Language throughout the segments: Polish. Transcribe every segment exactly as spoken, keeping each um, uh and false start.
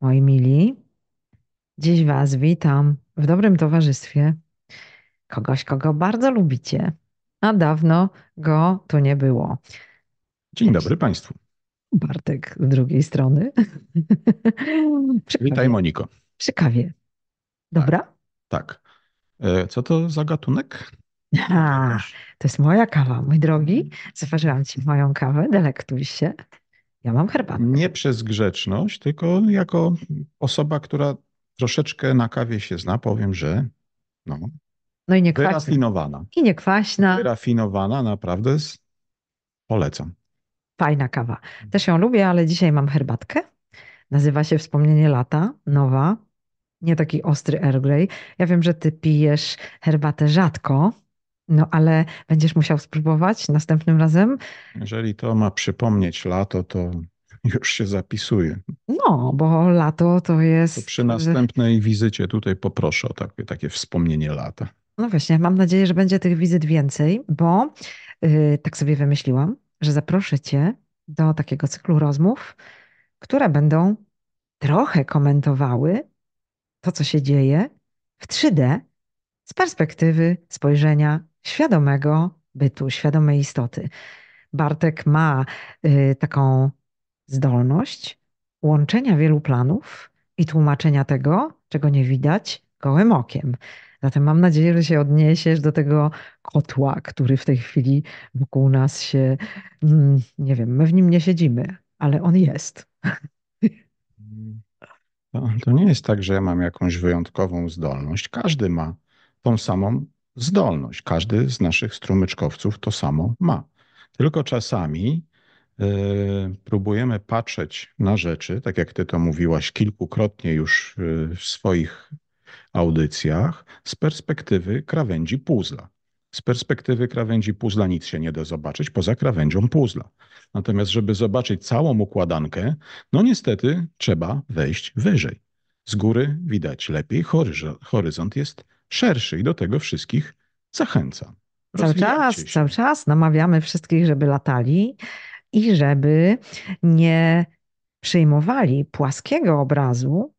Moi mili, dziś Was witam w dobrym towarzystwie kogoś, kogo bardzo lubicie, a dawno go tu nie było. Dzień dobry Państwu. Bartek z drugiej strony. Przy Witaj kawie. Moniko. Przy kawie. Tak, Dobra? tak. E, Co to za gatunek? A, Opowiadasz? to jest moja kawa, mój drogi. Zaważyłam Ci moją kawę, delektuj się. Ja mam herbatkę. Nie przez grzeczność, tylko jako osoba, która troszeczkę na kawie się zna, powiem, że no, No i nie kwaśna. wyrafinowana. I nie kwaśna. Wyrafinowana, naprawdę s- polecam. Fajna kawa. Też ją lubię, ale dzisiaj mam herbatkę. Nazywa się Wspomnienie lata, nowa. Nie taki ostry Earl Grey. Ja wiem, że ty pijesz herbatę rzadko, no ale będziesz musiał spróbować następnym razem. Jeżeli to ma przypomnieć lato, to już się zapisuje. No, bo lato to To jest. przy y, następnej wizycie tutaj poproszę o takie, takie wspomnienie lata. No właśnie, mam nadzieję, że będzie tych wizyt więcej, bo y, tak sobie wymyśliłam, że zaproszę cię do takiego cyklu rozmów, które będą trochę komentowały to, co się dzieje w trzy D z perspektywy spojrzenia świadomego bytu, świadomej istoty. Bartek ma y, taką zdolność łączenia wielu planów i tłumaczenia tego, czego nie widać gołym okiem. Zatem mam nadzieję, że się odniesiesz do tego kotła, który w tej chwili wokół nas się, mm, nie wiem, my w nim nie siedzimy, ale on jest. To, to nie jest tak, że ja mam jakąś wyjątkową zdolność. Każdy ma tą samą zdolność. Każdy z naszych strumyczkowców to samo ma. Tylko czasami e, próbujemy patrzeć na rzeczy, tak jak ty to mówiłaś kilkukrotnie już e, w swoich audycjach, z perspektywy krawędzi puzla. Z perspektywy krawędzi puzla nic się nie da zobaczyć poza krawędzią puzla. Natomiast, żeby zobaczyć całą układankę, no niestety trzeba wejść wyżej. Z góry widać lepiej, horyzo- horyzont jest szerszy i do tego wszystkich zachęcam. Cały czas, Rozwijajcie cały się. czas namawiamy wszystkich, żeby latali i żeby nie przyjmowali płaskiego obrazu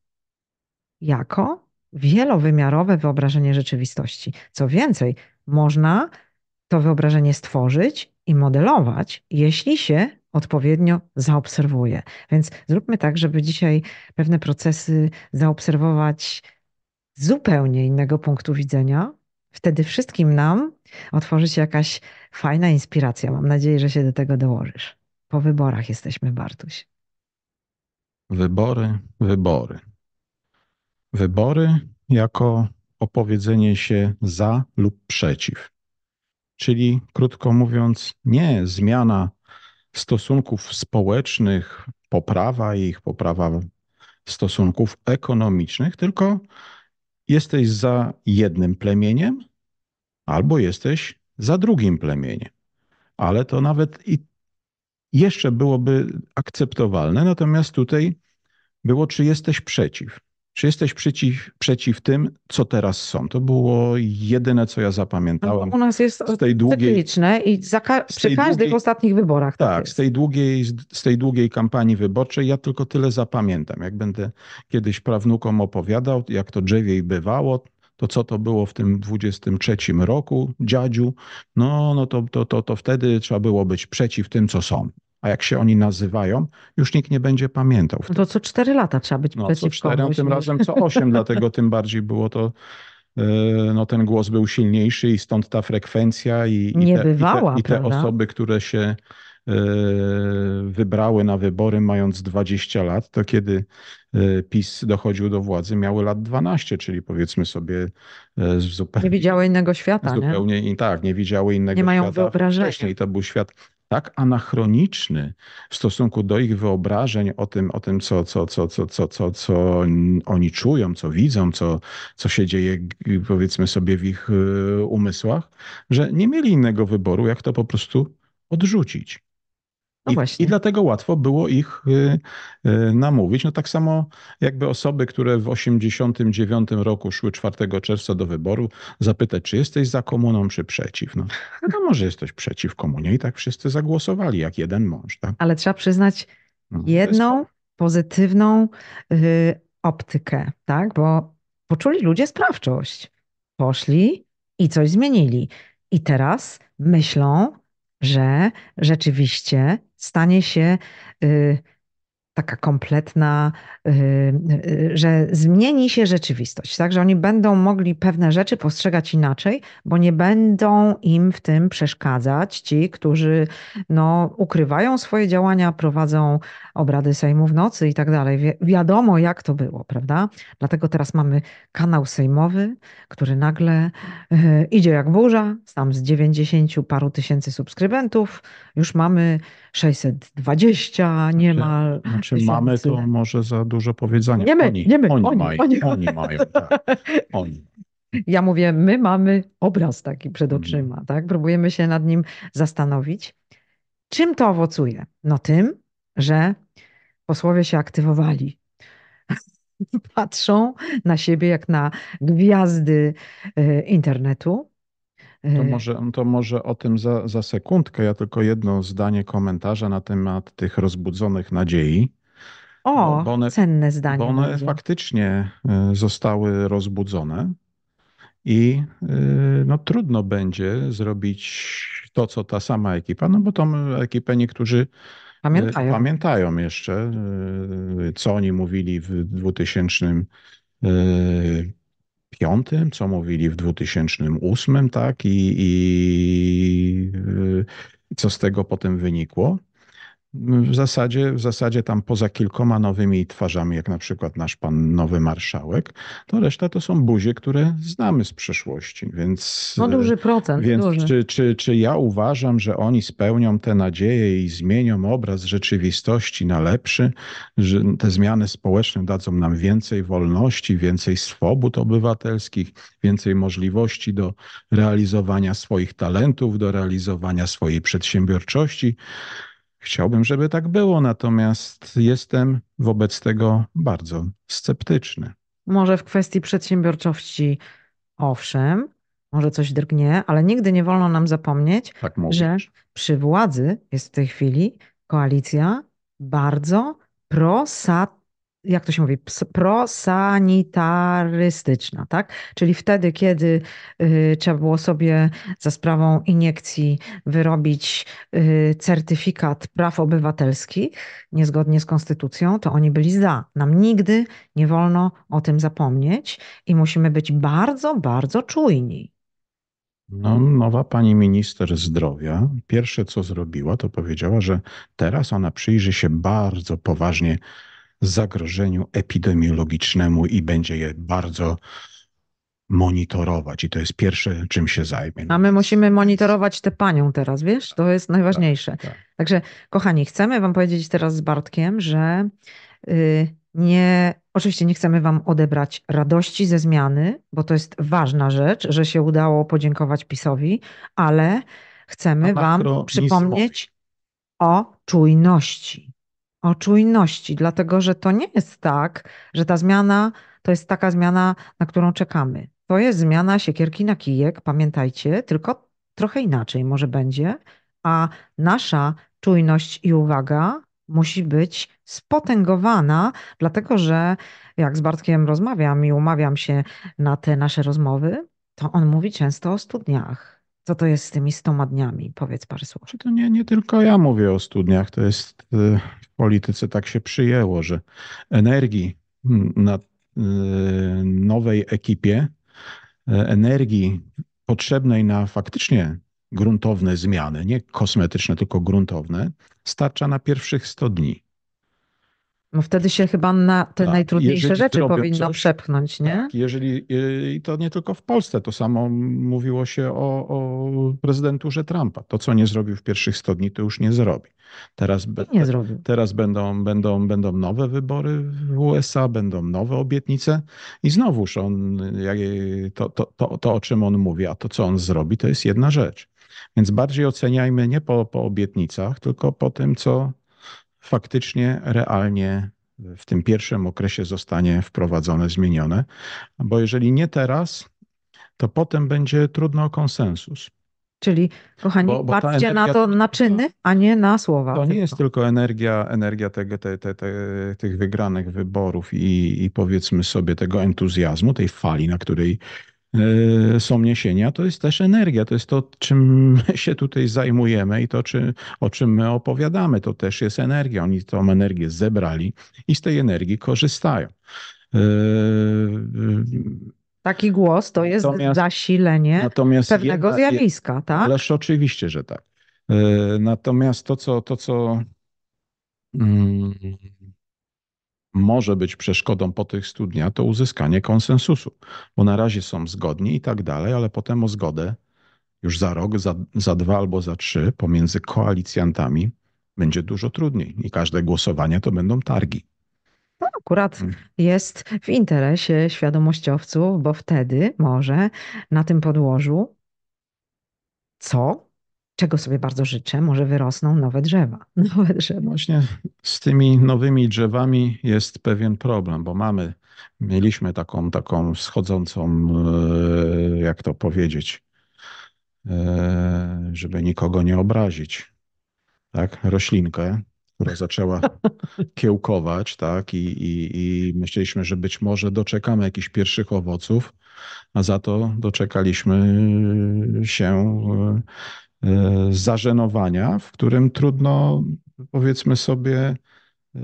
jako wielowymiarowe wyobrażenie rzeczywistości. Co więcej, można to wyobrażenie stworzyć i modelować, jeśli się odpowiednio zaobserwuje. Więc zróbmy tak, żeby dzisiaj pewne procesy zaobserwować z zupełnie innego punktu widzenia. Wtedy wszystkim nam otworzy się jakaś fajna inspiracja. Mam nadzieję, że się do tego dołożysz. Po wyborach jesteśmy, Bartuś. Wybory, wybory. Wybory jako opowiedzenie się za lub przeciw. Czyli krótko mówiąc, nie zmiana stosunków społecznych, poprawa ich, poprawa stosunków ekonomicznych, tylko jesteś za jednym plemieniem albo jesteś za drugim plemieniem. Ale to nawet i jeszcze byłoby akceptowalne, natomiast tutaj było, czy jesteś przeciw. Czy jesteś przeciw, przeciw tym, co teraz są? To było jedyne, co ja No bo zapamiętałem u nas jest z tej długiej, cykliczne i za ka- z przy tej każdych długiej, ostatnich wyborach tak tak, z jest. tej długiej, z tej długiej kampanii wyborczej ja tylko tyle zapamiętam. Jak będę kiedyś prawnukom opowiadał, jak to drzewiej bywało, to co to było w tym dwudziestym trzecim roku, dziadziu, no, no to, to, to, to wtedy trzeba było być przeciw tym, co są. A jak się oni nazywają, już nikt nie będzie pamiętał No to wtedy. co cztery lata trzeba być No, co przeciw cztery, komuś, tym wiesz. razem co osiem, dlatego tym bardziej było to, e, no ten głos był silniejszy i stąd ta frekwencja i, i, te, i, te, Niebywała, i te prawda? osoby, które się e, wybrały na wybory mając dwadzieścia lat, to kiedy e, PiS dochodził do władzy, miały lat dwanaście, czyli powiedzmy sobie e, Nie zupełnie, widziały innego świata, nie? zupełnie i tak, nie widziały Nie innego mają świata wyobrażenia. wcześniej. To był świat tak anachroniczny w stosunku do ich wyobrażeń o tym, o tym co, co, co, co, co, co, co oni czują, co widzą, co, co się dzieje, g- powiedzmy sobie, w ich y, umysłach, że nie mieli innego wyboru, jak to po prostu odrzucić. No I, I właśnie. dlatego łatwo było ich y, y, namówić. No tak samo jakby osoby, które w osiemdziesiątym dziewiątym roku szły czwartego czerwca do wyboru, zapytać, czy jesteś za komuną, czy przeciw. No wiadomo, że jesteś przeciw komunie i tak wszyscy zagłosowali, jak jeden mąż. Tak? Ale trzeba przyznać No, to jest jedną fakt. pozytywną y, optykę, tak? Bo poczuli ludzie sprawczość. Poszli i coś zmienili. I teraz myślą, że rzeczywiście stanie się y, taka kompletna, y, y, że zmieni się rzeczywistość, tak? Że oni będą mogli pewne rzeczy postrzegać inaczej, bo nie będą im w tym przeszkadzać ci, którzy no, ukrywają swoje działania, prowadzą obrady Sejmu w nocy i tak dalej. Wi wiadomo, jak to było, prawda? Dlatego teraz mamy kanał sejmowy, który nagle y, idzie jak burza, tam z dziewięćdziesięciu paru tysięcy subskrybentów, już mamy sześćset dwadzieścia Znaczy, niemal znaczy mamy tysięcy. to może za dużo powiedziane. Nie my, Oni, nie my, oni oni, mają, oni. oni mają, tak, oni. Ja mówię, my mamy obraz taki przed Mhm. oczyma, tak? Próbujemy się nad nim zastanowić. Czym to owocuje? No tym, że posłowie się aktywowali. Patrzą na siebie jak na gwiazdy e, internetu. To E, może, to może o tym za, za sekundkę. Ja tylko jedno zdanie komentarza na temat tych rozbudzonych nadziei, bo, O, bo one, cenne bo zdanie one będzie. faktycznie y, zostały rozbudzone i y, no, trudno będzie zrobić to, co ta sama ekipa, no bo tą ekipę niektórzy y, Pamiętają. pamiętają jeszcze, y, co oni mówili w dwutysięcznym piątym, co mówili w dwutysięcznym ósmym, tak? I, i y, co z tego potem wynikło. W zasadzie, w zasadzie tam poza kilkoma nowymi twarzami, jak na przykład nasz pan nowy marszałek, to reszta to są buzie, które znamy z przeszłości. Więc, No e, duży procent, więc duży. czy, czy, czy ja uważam, że oni spełnią te nadzieje i zmienią obraz rzeczywistości na lepszy, że te zmiany społeczne dadzą nam więcej wolności, więcej swobód obywatelskich, więcej możliwości do realizowania swoich talentów, do realizowania swojej przedsiębiorczości? Chciałbym, żeby tak było, natomiast jestem wobec tego bardzo sceptyczny. Może w kwestii przedsiębiorczości owszem, może coś drgnie, ale nigdy nie wolno nam zapomnieć, Tak że mówisz. przy władzy jest w tej chwili koalicja bardzo prosa, jak to się mówi, ps- prosanitarystyczna, tak? Czyli wtedy, kiedy y, trzeba było sobie za sprawą iniekcji wyrobić y, certyfikat praw obywatelskich niezgodnie z konstytucją, to oni byli za. Nam nigdy nie wolno o tym zapomnieć i musimy być bardzo, bardzo czujni. No, nowa pani minister zdrowia, pierwsze co zrobiła, to powiedziała, że teraz ona przyjrzy się bardzo poważnie zagrożeniu epidemiologicznemu i będzie je bardzo monitorować. I to jest pierwsze, czym się zajmie. A No my więc, musimy więc monitorować te panią teraz, wiesz? To jest tak, najważniejsze. tak. Także, kochani, chcemy wam powiedzieć teraz z Bartkiem, że y, nie, oczywiście nie chcemy wam odebrać radości ze zmiany, bo to jest ważna rzecz, że się udało podziękować PiSowi, ale chcemy wam Anachronizmowi. przypomnieć o czujności. O czujności, dlatego że to nie jest tak, że ta zmiana to jest taka zmiana, na którą czekamy. To jest zmiana siekierki na kijek, pamiętajcie, tylko trochę inaczej może będzie, a nasza czujność i uwaga musi być spotęgowana, dlatego że jak z Bartkiem rozmawiam i umawiam się na te nasze rozmowy, to on mówi często o studniach. Co to jest z tymi stoma dniami? Powiedz parę słów. Czy to nie, nie tylko ja mówię o studniach, to jest y, w polityce tak się przyjęło, że energii mm, na y, nowej ekipie, y, energii potrzebnej na faktycznie gruntowne zmiany, nie kosmetyczne, tylko gruntowne, starcza na pierwszych sto dni. No wtedy się chyba na te Tak, najtrudniejsze jeżeli rzeczy zrobią powinno coś, przepchnąć, nie? tak, jeżeli, y, i to nie tylko w Polsce, to samo mówiło się o, o prezydenturze Trumpa. To, co nie zrobił w pierwszych sto dni, to już nie zrobi. Teraz, be- I nie te, zrobił. teraz będą, będą, będą nowe wybory w U S A, będą nowe obietnice i znowuż on, jak, to, to, to, to, o czym on mówi, a to, co on zrobi, to jest jedna rzecz. Więc bardziej oceniajmy nie po, po obietnicach, tylko po tym, co faktycznie, realnie w tym pierwszym okresie zostanie wprowadzone, zmienione, bo jeżeli nie teraz, to potem będzie trudno o konsensus. Czyli, kochani, Bo, bo ta patrzcie na energia to na czyny, a nie na słowa to nie jest tylko. tylko energia, energia tego, te, te, te, tych wygranych wyborów i, i powiedzmy sobie tego entuzjazmu, tej fali, na której e, są niesienia, to jest też energia, to jest to, czym my się tutaj zajmujemy i to, czy, o czym my opowiadamy, to też jest energia. Oni tą energię zebrali i z tej energii korzystają. E, Taki głos to jest Natomiast, zasilenie natomiast pewnego jedna, je- zjawiska, tak? ależ oczywiście, że tak. E, Natomiast to, co, to, co mm, może być przeszkodą po tych stu dniach, to uzyskanie konsensusu, bo na razie są zgodni i tak dalej, ale potem o zgodę już za rok, za, za dwa albo za trzy pomiędzy koalicjantami będzie dużo trudniej i każde głosowanie to będą targi. To akurat Mm. jest w interesie świadomościowców, bo wtedy może na tym podłożu, co, czego sobie bardzo życzę, może wyrosną nowe drzewa. Nowe drzewa. Właśnie z tymi nowymi drzewami jest pewien problem, bo mamy, mieliśmy taką, taką schodzącą, e, jak to powiedzieć, e, żeby nikogo nie obrazić, tak, roślinkę, która zaczęła kiełkować, tak, i, i, i myśleliśmy, że być może doczekamy jakichś pierwszych owoców, a za to doczekaliśmy się e, e, zażenowania, w którym trudno, powiedzmy sobie, e,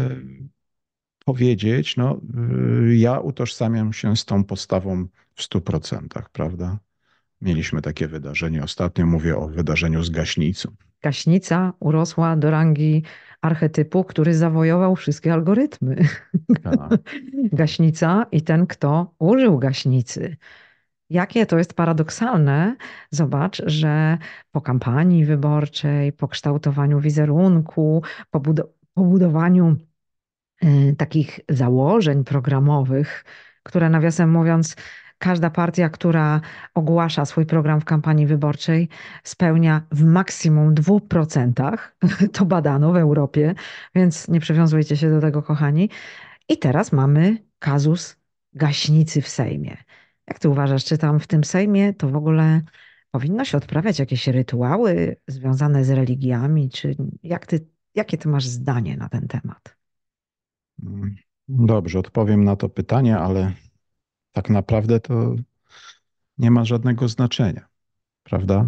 powiedzieć, no, e, ja utożsamiam się z tą postawą w stu procentach, prawda? Mieliśmy takie wydarzenie ostatnio, mówię o wydarzeniu z gaśnicą. Gaśnica urosła do rangi archetypu, który zawojował wszystkie algorytmy. Tak. Gaśnica i ten, kto użył gaśnicy. Jakie to jest paradoksalne, zobacz, że po kampanii wyborczej, po kształtowaniu wizerunku, po budo- po budowaniu y, takich założeń programowych, które nawiasem mówiąc, każda partia, która ogłasza swój program w kampanii wyborczej, spełnia w maksimum dwóch procentach. To badano w Europie, więc nie przywiązujcie się do tego, kochani. I teraz mamy kazus gaśnicy w Sejmie. Jak ty uważasz, czy tam w tym Sejmie to w ogóle powinno się odprawiać jakieś rytuały związane z religiami, czy jak ty, jakie ty masz zdanie na ten temat? Mm, Dobrze, odpowiem na to pytanie, ale tak naprawdę to nie ma żadnego znaczenia, prawda?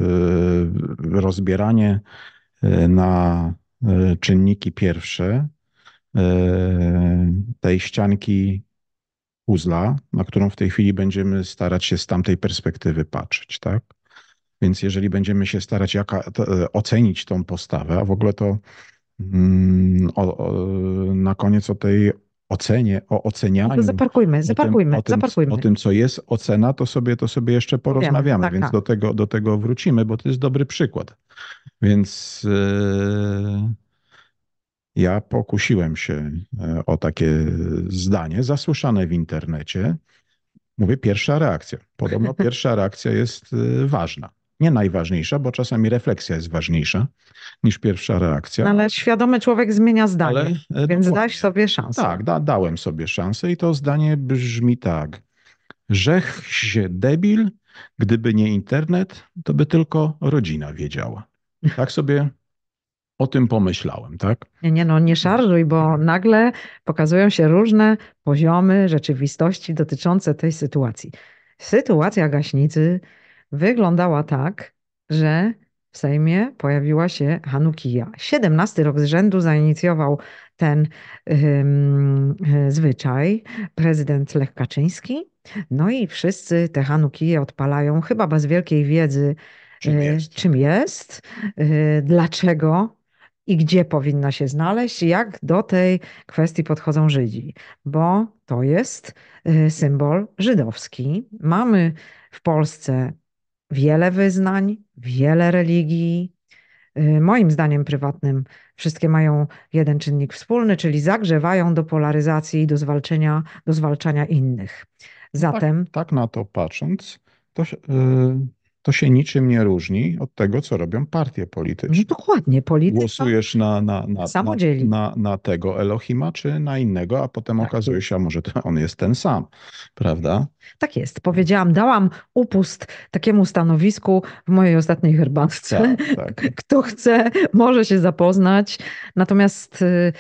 Yy, Rozbieranie yy, na yy, czynniki pierwsze yy, tej ścianki puzla, na którą w tej chwili będziemy starać się z tamtej perspektywy patrzeć, tak? Więc jeżeli będziemy się starać jaka, to, e, ocenić tą postawę, a w ogóle to mm, o, o, na koniec o tej ocenie, o No to ocenianiu, zaparkujmy, o tym, o zaparkujmy, tym, o zaparkujmy. tym, co jest ocena, to sobie, to sobie jeszcze Powiemy, porozmawiamy, tak, więc tak. do tego, do tego wrócimy, bo to jest dobry przykład. Więc e, ja pokusiłem się e, o takie zdanie, zasłyszane w internecie. Mówię, pierwsza reakcja. Podobno pierwsza reakcja jest y, ważna. Nie najważniejsza, bo czasami refleksja jest ważniejsza niż pierwsza No reakcja, ale świadomy człowiek zmienia ale zdanie, e, więc daj dokładnie. sobie szansę. Tak, da, dałem sobie szansę i to zdanie brzmi tak. Rzech się debil, gdyby nie internet, to by tylko rodzina wiedziała. Tak sobie o tym pomyślałem, tak? Nie, nie, no nie szarżuj, bo nagle pokazują się różne poziomy rzeczywistości dotyczące tej sytuacji. Sytuacja gaśnicy wyglądała tak, że w Sejmie pojawiła się Hanukija. siedemnasty rok z rzędu zainicjował ten ym, y, zwyczaj prezydent Lech Kaczyński. No i wszyscy te Hanukije odpalają, chyba bez wielkiej wiedzy, Czym y, jest? czym jest, y, dlaczego i gdzie powinna się znaleźć, jak do tej kwestii podchodzą Żydzi, bo to jest y, symbol żydowski. Mamy w Polsce wiele wyznań, wiele religii. Y, Moim zdaniem prywatnym wszystkie mają jeden czynnik wspólny, czyli zagrzewają do polaryzacji i do zwalczenia, do zwalczania innych. No tak, Zatem tak na to patrząc, to się- y, to się niczym nie różni od tego, co robią partie No polityczne. dokładnie, polityka Głosujesz na, na, na, na, samodzieli. na, na tego Elohima, czy na innego, a potem Tak okazuje się, a jest. może to on jest ten sam, prawda? Tak jest. Powiedziałam, dałam upust takiemu stanowisku w mojej ostatniej herbatce. Tak, tak. Kto chce, może się zapoznać. Natomiast y,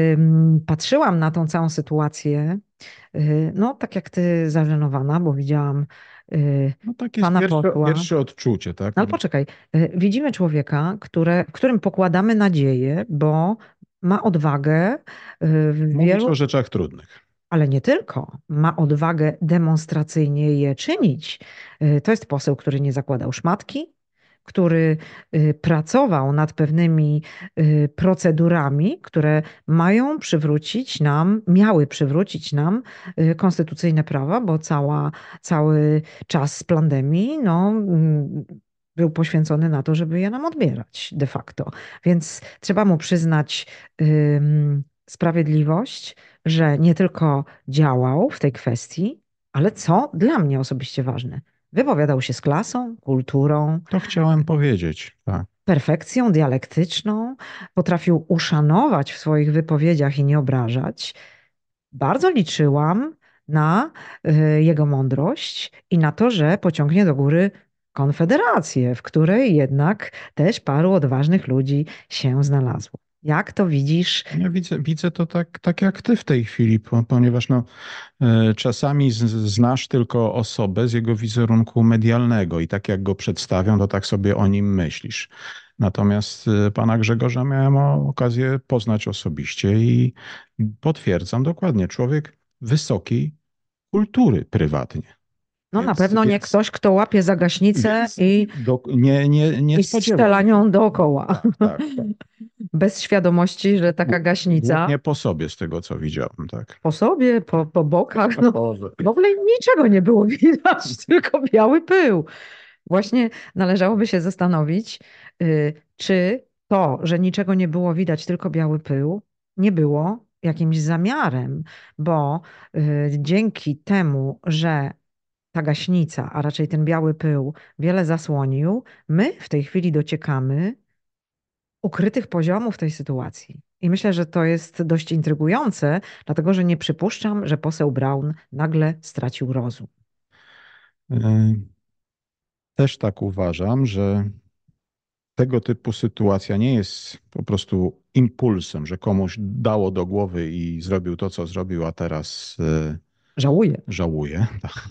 ym, patrzyłam na tą całą sytuację, y, no tak jak ty, zażenowana, bo widziałam y, No tak jest pana pierwsze, posła. pierwsze odczucie, tak? No ale No, poczekaj, y, widzimy człowieka, które, w którym pokładamy nadzieję, bo ma odwagę y, w mówić o wielu, rzeczach trudnych. ale nie tylko, ma odwagę demonstracyjnie je czynić. Y, To jest poseł, który nie zakładał szmatki, który y, pracował nad pewnymi y, procedurami, które mają przywrócić nam, miały przywrócić nam y, konstytucyjne prawa, bo cała, cały czas pandemii, no, mm, był poświęcony na to, żeby je nam odbierać de facto. Więc trzeba mu przyznać ym, sprawiedliwość, że nie tylko działał w tej kwestii, ale co dla mnie osobiście ważne, wypowiadał się z klasą, kulturą, To chciałem powiedzieć, tak. perfekcją dialektyczną, potrafił uszanować w swoich wypowiedziach i nie obrażać. Bardzo liczyłam na y, jego mądrość i na to, że pociągnie do góry Konfederację, w której jednak też paru odważnych ludzi się znalazło. Jak to widzisz? Ja widzę, widzę to tak, tak jak ty w tej chwili, po, ponieważ no, e, czasami z, znasz tylko osobę z jego wizerunku medialnego i tak jak go przedstawią, to tak sobie o nim myślisz. Natomiast e, pana Grzegorza miałem o- okazję poznać osobiście i potwierdzam dokładnie, człowiek wysokiej kultury prywatnie. No na Więc, pewno nie więc, ktoś, kto łapie za gaśnicę więc i, do, nie, nie, nie i spodziewam strzela się. nią dookoła, Tak, tak, tak. bez świadomości, że taka Gł- gaśnica Głównie po sobie z tego, co widziałem, tak. po sobie, po, po bokach, no Boże. w ogóle niczego nie było widać, tylko biały pył. Właśnie należałoby się zastanowić, y, czy to, że niczego nie było widać, tylko biały pył, nie było jakimś zamiarem, bo y, dzięki temu, że ta gaśnica, a raczej ten biały pył wiele zasłonił, my w tej chwili dociekamy ukrytych poziomów tej sytuacji. I myślę, że to jest dość intrygujące, dlatego że nie przypuszczam, że poseł Braun nagle stracił rozum. Y, Też tak uważam, że tego typu sytuacja nie jest po prostu impulsem, że komuś dało do głowy i zrobił to, co zrobił, a teraz y, Żałuję. żałuje.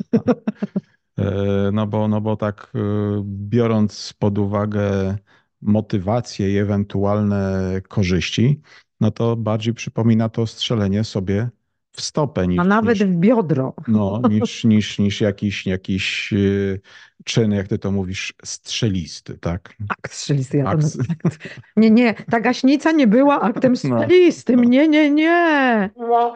E, No bo, no bo tak, e, biorąc pod uwagę motywacje i ewentualne korzyści, no to bardziej przypomina to strzelenie sobie w stopę A niż, nawet niż, w biodro. no, niż, niż, niż jakiś, jakiś e, czyn, jak ty to mówisz, strzelisty, tak? Akt strzelisty. Ja to, Aks. akt. Nie, nie, ta gaśnica nie była aktem No. strzelistym. Nie, nie, nie.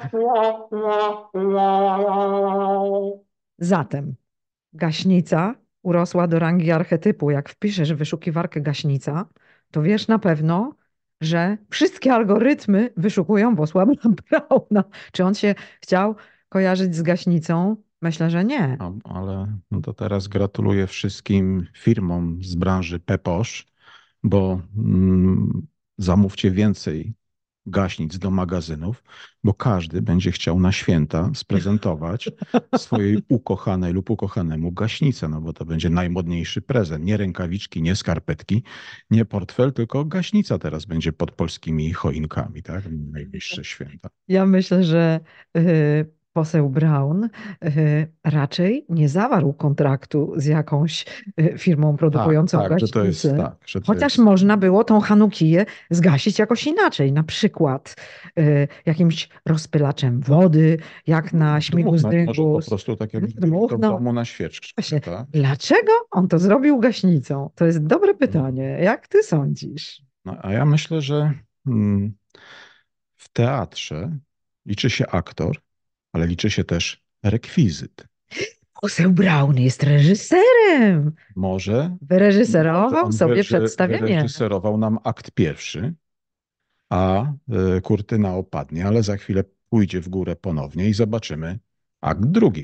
Zatem gaśnica urosła do rangi archetypu. Jak wpiszesz w wyszukiwarkę gaśnica, to wiesz na pewno, że wszystkie algorytmy wyszukują posła Brauna. Czy on się chciał kojarzyć z gaśnicą? Myślę, że nie. No, ale no to teraz gratuluję wszystkim firmom z branży Peposz, bo mm, zamówcie więcej gaśnic do magazynów, bo każdy będzie chciał na święta sprezentować swojej ukochanej lub ukochanemu gaśnicę, no bo to będzie najmodniejszy prezent. Nie rękawiczki, nie skarpetki, nie portfel, tylko gaśnica teraz będzie pod polskimi choinkami, tak? Najbliższe święta. Ja myślę, że y, poseł Braun y, raczej nie zawarł kontraktu z jakąś y, firmą Tak, produkującą tak, że to jest gaśnicę. tak, że to Chociaż jest. można było tą Hanukiję zgasić jakoś inaczej, na przykład y, jakimś rozpylaczem wody, jak na śmigus Dmuchnąć, może po dyngus. prostu tak jak to w Dmuchnął. domu na świeczkę, Właśnie, tak? dlaczego on to zrobił gaśnicą? To jest dobre pytanie. Jak ty sądzisz? No, a ja myślę, że mm, w teatrze liczy się aktor, ale liczy się też rekwizyt. Poseł Braun jest reżyserem. Może, może Wyreżyserował on sobie wyreży- przedstawienie. wyreżyserował nam akt pierwszy, a y, kurtyna opadnie, ale za chwilę pójdzie w górę ponownie i zobaczymy akt drugi.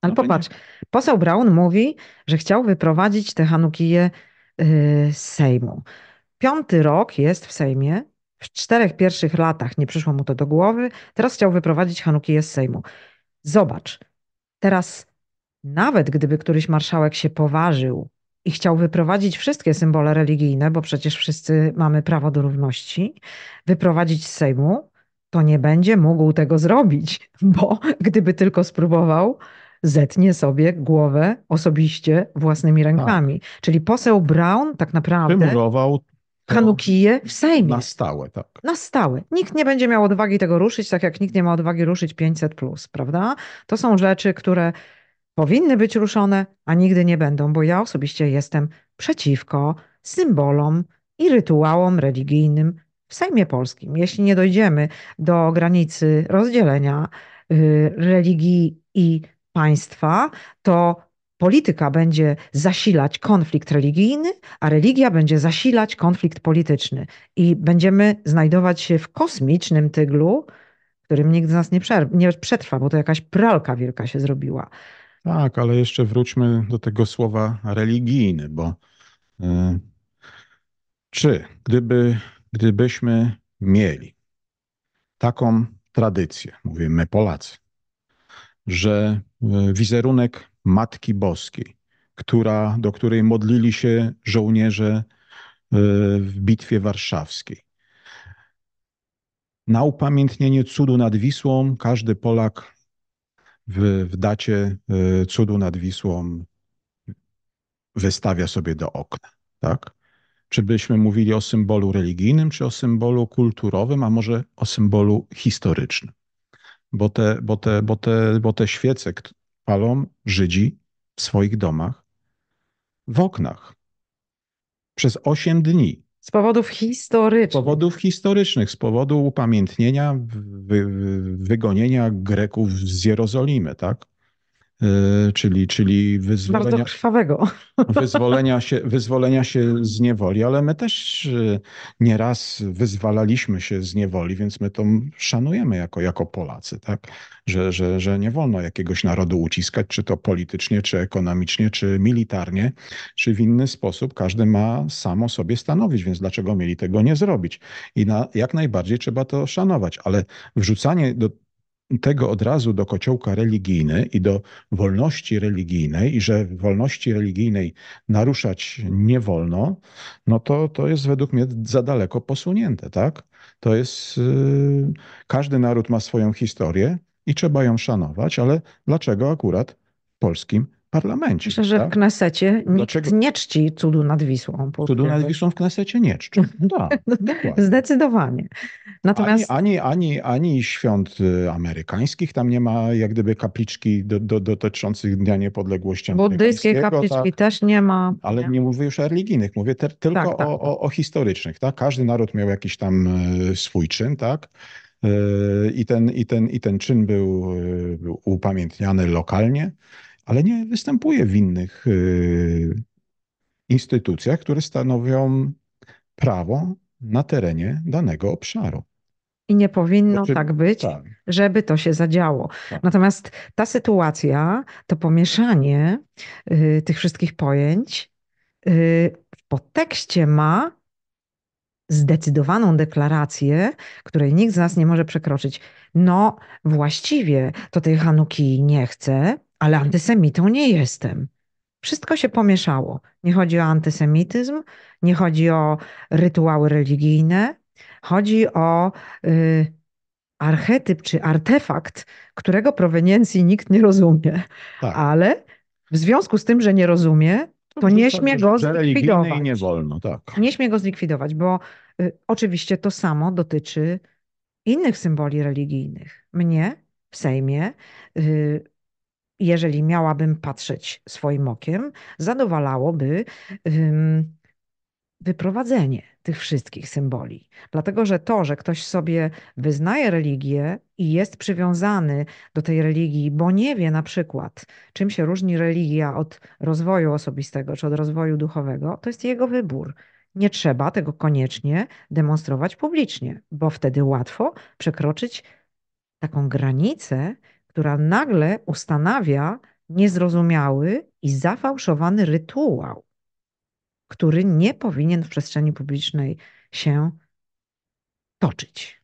Ale No będzie. popatrz, poseł Braun mówi, że chciał wyprowadzić te Hanukije y, z Sejmu. Piąty rok jest w Sejmie. W czterech pierwszych latach nie przyszło mu to do głowy. Teraz chciał wyprowadzić Hanukiję z Sejmu. Zobacz, teraz nawet gdyby któryś marszałek się poważył i chciał wyprowadzić wszystkie symbole religijne, bo przecież wszyscy mamy prawo do równości, wyprowadzić z Sejmu, to nie będzie mógł tego zrobić, bo gdyby tylko spróbował, zetnie sobie głowę osobiście własnymi Tak. rękami. Czyli poseł Braun tak naprawdę Przymurował to Hanukiję w Sejmie. na stałe, tak. Na stałe. Nikt nie będzie miał odwagi tego ruszyć, tak jak nikt nie ma odwagi ruszyć pięćset plus, prawda? To są rzeczy, które powinny być ruszone, a nigdy nie będą, bo ja osobiście jestem przeciwko symbolom i rytuałom religijnym w Sejmie Polskim. Jeśli nie dojdziemy do granicy rozdzielenia y, religii i państwa, to polityka będzie zasilać konflikt religijny, a religia będzie zasilać konflikt polityczny. I będziemy znajdować się w kosmicznym tyglu, w którym nikt z nas nie, przer- nie przetrwa, bo to jakaś pralka wielka się zrobiła. Tak, ale jeszcze wróćmy do tego słowa religijny, bo y, czy gdyby, gdybyśmy mieli taką tradycję, mówię my Polacy, że y, wizerunek Matki Boskiej, która, do której modlili się żołnierze y, w Bitwie Warszawskiej, na upamiętnienie cudu nad Wisłą każdy Polak w, w dacie y, cudu nad Wisłą wystawia sobie do okna, tak? Czy byśmy mówili o symbolu religijnym, czy o symbolu kulturowym, a może o symbolu historycznym? Bo te, bo te, bo te, bo te świece kt- palą Żydzi w swoich domach, w oknach przez osiem dni. Z powodów Z historycznych. powodów historycznych, z powodu upamiętnienia, wy, wygonienia Greków z Jerozolimy, tak? Yy, czyli, czyli Bardzo wyzwolenia, krwawego. wyzwolenia się, wyzwolenia się z niewoli, ale my też y, nieraz wyzwalaliśmy się z niewoli, więc my to szanujemy jako, jako Polacy, tak? Że, że, że nie wolno jakiegoś narodu uciskać, czy to politycznie, czy ekonomicznie, czy militarnie, czy w inny sposób. Każdy ma sam o sobie stanowić, więc dlaczego mieli tego nie zrobić? I na, jak najbardziej trzeba to szanować, ale wrzucanie do tego od razu do kociołka religijny i do wolności religijnej i że wolności religijnej naruszać nie wolno, no to, to jest według mnie za daleko posunięte, tak? To jest, yy, każdy naród ma swoją historię i trzeba ją szanować, ale dlaczego akurat w polskim parlamencie, Myślę, że w tak? Knesecie nikt Dlaczego nie czci cudu nad Wisłą. cudu nad Powiem. Wisłą w Knesecie nie czczą? Tak, dokładnie. Zdecydowanie. Ani, Natomiast ani, ani, ani świąt y, amerykańskich, tam nie ma jak gdyby kapliczki do, do, dotyczących Dnia Niepodległości buddyjskiej amerykańskiego, kapliczki tak? też nie ma. Ale Nie? nie mówię już o religijnych, mówię te, Tak, tylko tak. o, o, o historycznych, tak? Każdy naród miał jakiś tam y, swój czyn, tak? Y, I ten, i ten, i ten czyn był, y, był upamiętniany lokalnie, ale nie występuje w innych y, instytucjach, które stanowią prawo na terenie danego obszaru. I nie powinno Znaczy, tak być, tak, żeby to się zadziało. tak. Natomiast ta sytuacja, to pomieszanie y, tych wszystkich pojęć y, w podtekście ma zdecydowaną deklarację, której nikt z nas nie może przekroczyć. No, właściwie to tej Hanuki nie chcę, ale antysemitą nie jestem. Wszystko się pomieszało. Nie chodzi o antysemityzm, nie chodzi o rytuały religijne, chodzi o y, archetyp czy artefakt, którego proweniencji nikt nie rozumie. Tak. Ale w związku z tym, że nie rozumie, to nie wrzuca, śmie go że religijnej nie zlikwidować. wolno, tak. Nie śmie go zlikwidować, bo y, oczywiście to samo dotyczy innych symboli religijnych. Mnie w Sejmie, y, jeżeli miałabym patrzeć swoim okiem, zadowalałoby ym, wyprowadzenie tych wszystkich symboli. Dlatego, że to, że ktoś sobie wyznaje religię i jest przywiązany do tej religii, bo nie wie na przykład, czym się różni religia od rozwoju osobistego czy od rozwoju duchowego, to jest jego wybór. Nie trzeba tego koniecznie demonstrować publicznie, bo wtedy łatwo przekroczyć taką granicę, która nagle ustanawia niezrozumiały i zafałszowany rytuał, który nie powinien w przestrzeni publicznej się toczyć.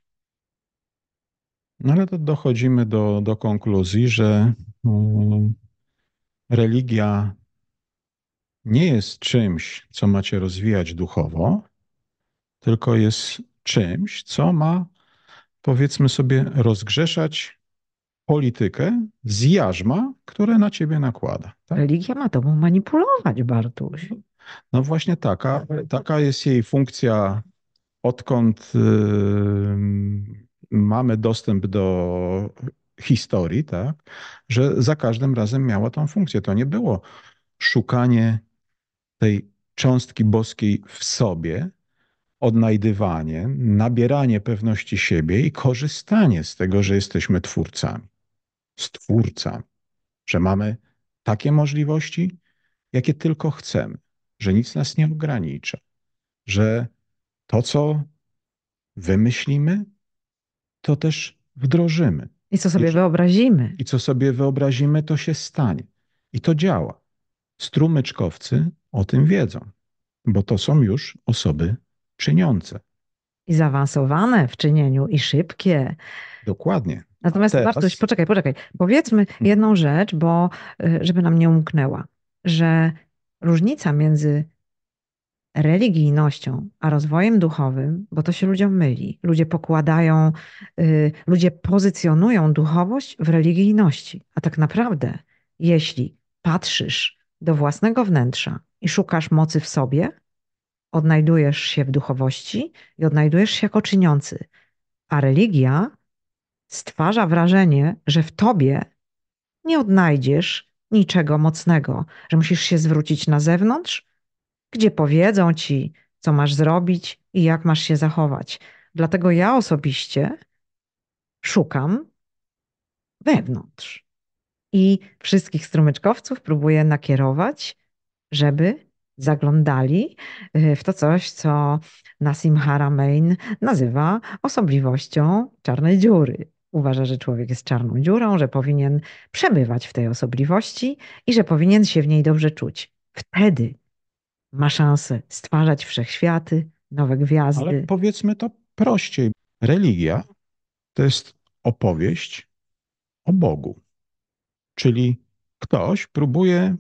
No ale to dochodzimy do, do konkluzji, że um, religia nie jest czymś, co macie rozwijać duchowo, tylko jest czymś, co ma, powiedzmy sobie, rozgrzeszać politykę z jarzma, które na ciebie nakłada. Tak? Religia ma tobą manipulować, Bartuś. No właśnie taka, taka jest jej funkcja, odkąd y, mamy dostęp do historii, tak, że za każdym razem miała tą funkcję. To nie było szukanie tej cząstki boskiej w sobie, odnajdywanie, nabieranie pewności siebie i korzystanie z tego, że jesteśmy twórcami, stwórcami, że mamy takie możliwości, jakie tylko chcemy, że nic nas nie ogranicza, że to, co wymyślimy, to też wdrożymy. I co I, sobie że, wyobrazimy? I co sobie wyobrazimy, to się stanie. I to działa. Strumyczkowcy o tym wiedzą, bo to są już osoby czyniące. I zaawansowane w czynieniu, i szybkie. Dokładnie. A Natomiast Bartuś, teraz poczekaj, poczekaj. Powiedzmy jedną rzecz, bo y, żeby nam nie umknęła, że różnica między religijnością a rozwojem duchowym, bo to się ludziom myli. Ludzie pokładają, y, ludzie pozycjonują duchowość w religijności. A tak naprawdę, jeśli patrzysz do własnego wnętrza i szukasz mocy w sobie, odnajdujesz się w duchowości i odnajdujesz się jako czyniący. A religia stwarza wrażenie, że w tobie nie odnajdziesz niczego mocnego, że musisz się zwrócić na zewnątrz, gdzie powiedzą ci, co masz zrobić i jak masz się zachować. Dlatego ja osobiście szukam wewnątrz i wszystkich strumyczkowców próbuję nakierować, żeby zaglądali y, w to coś, co Nassim Haramein nazywa osobliwością czarnej dziury. Uważa, że człowiek jest czarną dziurą, że powinien przebywać w tej osobliwości i że powinien się w niej dobrze czuć. Wtedy ma szansę stwarzać wszechświaty, nowe Ale gwiazdy. powiedzmy to prościej. Religia to jest opowieść o Bogu. Czyli ktoś próbuje